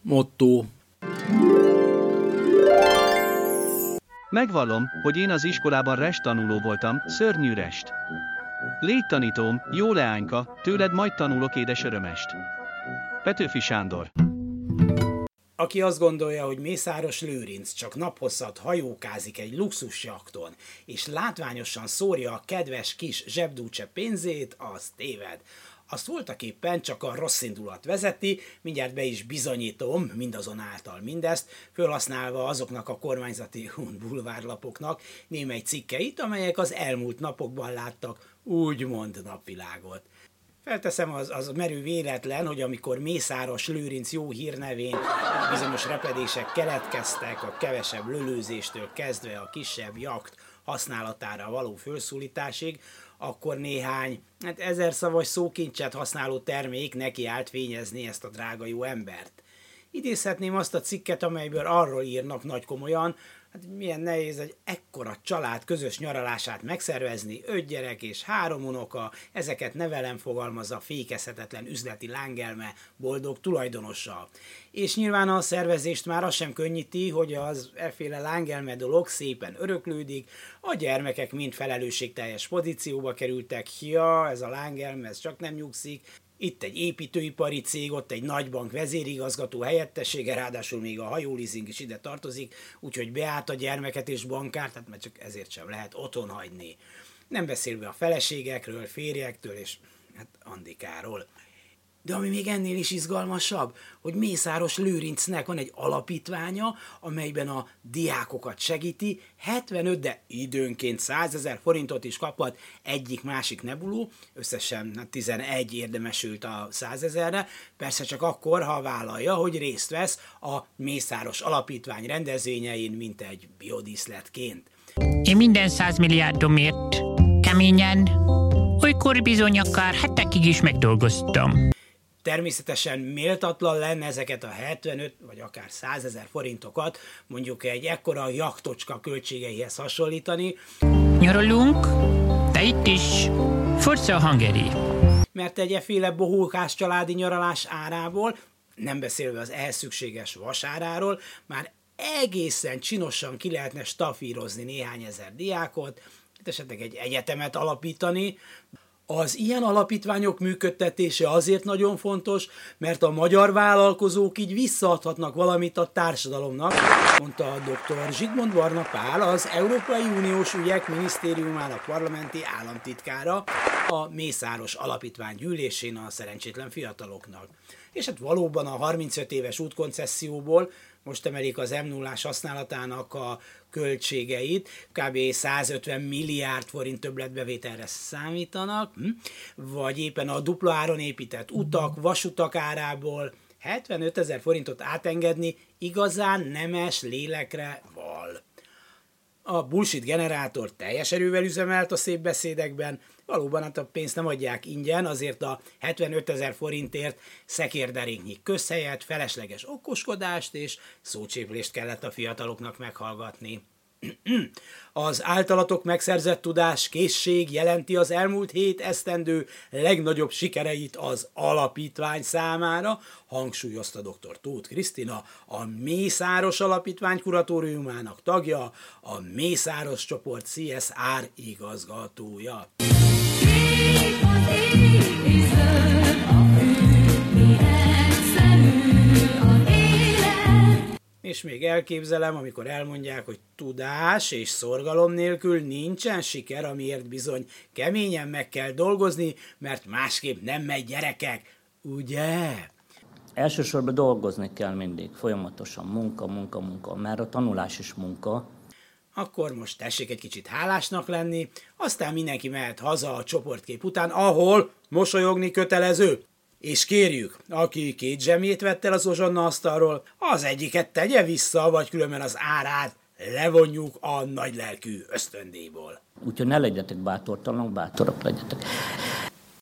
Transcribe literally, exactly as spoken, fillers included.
motto. Megvallom, hogy én az iskolában rest tanuló voltam, szörnyű rest. Légy tanítóm, jó leányka, tőled majd tanulok édes örömest. Petőfi Sándor. Aki azt gondolja, hogy Mészáros Lőrinc csak naphosszat hajókázik egy luxusjakton, és látványosan szórja a kedves kis zsebdúcse pénzét, az téved. Azt voltaképpen csak a rossz indulat vezeti, mindjárt be is bizonyítom mindazonáltal mindezt, felhasználva azoknak a kormányzati bulvárlapoknak némely cikkeit, amelyek az elmúlt napokban láttak úgymond napvilágot. Felteszem, az, az merő véletlen, hogy amikor Mészáros Lőrinc jó hírnevén bizonyos repedések keletkeztek, a kevesebb lölőzéstől kezdve a kisebb jakt használatára való felszólításig, akkor néhány hát ezerszavas szókincset használó termék neki állt fényezni ezt a drága jó embert. Idézhetném azt a cikket, amelyből arról írnak nagy komolyan, hát milyen nehéz egy ekkora család közös nyaralását megszervezni, öt gyerek és három unoka, ezeket nevelem, fogalmazza fékezhetetlen üzleti lángelme boldog tulajdonossal. És nyilván a szervezést már az sem könnyíti, hogy az efféle lángelme dolog szépen öröklődik, a gyermekek mind felelősségteljes pozícióba kerültek, ja, ez a lángelme, ez csak nem nyugszik. Itt egy építőipari cég, ott egy nagybank vezérigazgató helyettessége, ráadásul még a hajóleasing is ide tartozik, úgyhogy beállt a gyermeket és bankárt, tehát már csak ezért sem lehet otthon hagyni. Nem beszélve a feleségekről, férjektől és hát Andikáról. De ami még ennél is izgalmasabb, hogy Mészáros Lőrincnek van egy alapítványa, amelyben a diákokat segíti, hetvenöt, de időnként százezer forintot is kaphat egyik-másik nebuló, összesen tizenegy érdemesült a százezerre, persze csak akkor, ha vállalja, hogy részt vesz a Mészáros Alapítvány rendezvényein, mint egy biodíszletként. Én minden százmilliárdomért keményen, olykor bizony akár hetekig is megdolgoztam. Természetesen méltatlan lenne ezeket a hetvenöt vagy akár százezer forintokat mondjuk egy ekkora jachtocska költségeihez hasonlítani. Nyaralunk, de itt is forza a hangeri. Mert egy efféle bohókás családi nyaralás árából, nem beszélve az ehhez szükséges vasáráról, már egészen csinosan ki lehetne stafírozni néhány ezer diákot, esetleg egy egyetemet alapítani. Az ilyen alapítványok működtetése azért nagyon fontos, mert a magyar vállalkozók így visszaadhatnak valamit a társadalomnak, mondta a doktor Zsigmond Varna Pál, az Európai Uniós Ügyek Minisztériumának parlamenti államtitkára a Mészáros Alapítvány gyűlésén a szerencsétlen fiataloknak. És hát valóban a harmincöt éves útkoncesszióból most emelik az em nullás használatának a költségeit, kb. százötven milliárd forint többletbevételre számítanak, vagy éppen a dupla áron épített utak, vasutak árából hetvenöt ezer forintot átengedni igazán nemes lélekre val. A bullshit generátor teljes erővel üzemelt a szép beszédekben, valóban hát a pénzt nem adják ingyen, azért a hetvenöt ezer forintért szekérderéknyi közhelyet, felesleges okoskodást és szócséplést kellett a fiataloknak meghallgatni. Az általatok megszerzett tudás, készség jelenti az elmúlt hét esztendő legnagyobb sikereit az alapítvány számára, hangsúlyozta dr. Tóth Krisztina, a Mészáros Alapítvány kuratóriumának tagja, a Mészáros csoport cé es er igazgatója. És még elképzelem, amikor elmondják, hogy tudás és szorgalom nélkül nincsen siker, amiért bizony keményen meg kell dolgozni, mert másképp nem megy, gyerekek, ugye? Elsősorban dolgozni kell mindig, folyamatosan munka, munka, munka, mert a tanulás is munka. Akkor most tessék egy kicsit hálásnak lenni, aztán mindenki mehet haza a csoportkép után, ahol mosolyogni kötelező. És kérjük, aki két zsemjét vett el az ozsonna asztalról, az egyiket tegye vissza, vagy különben az árát levonjuk a nagylelkű ösztöndíjból. Úgyhogy ne legyetek bátortalanok, bátorak legyetek.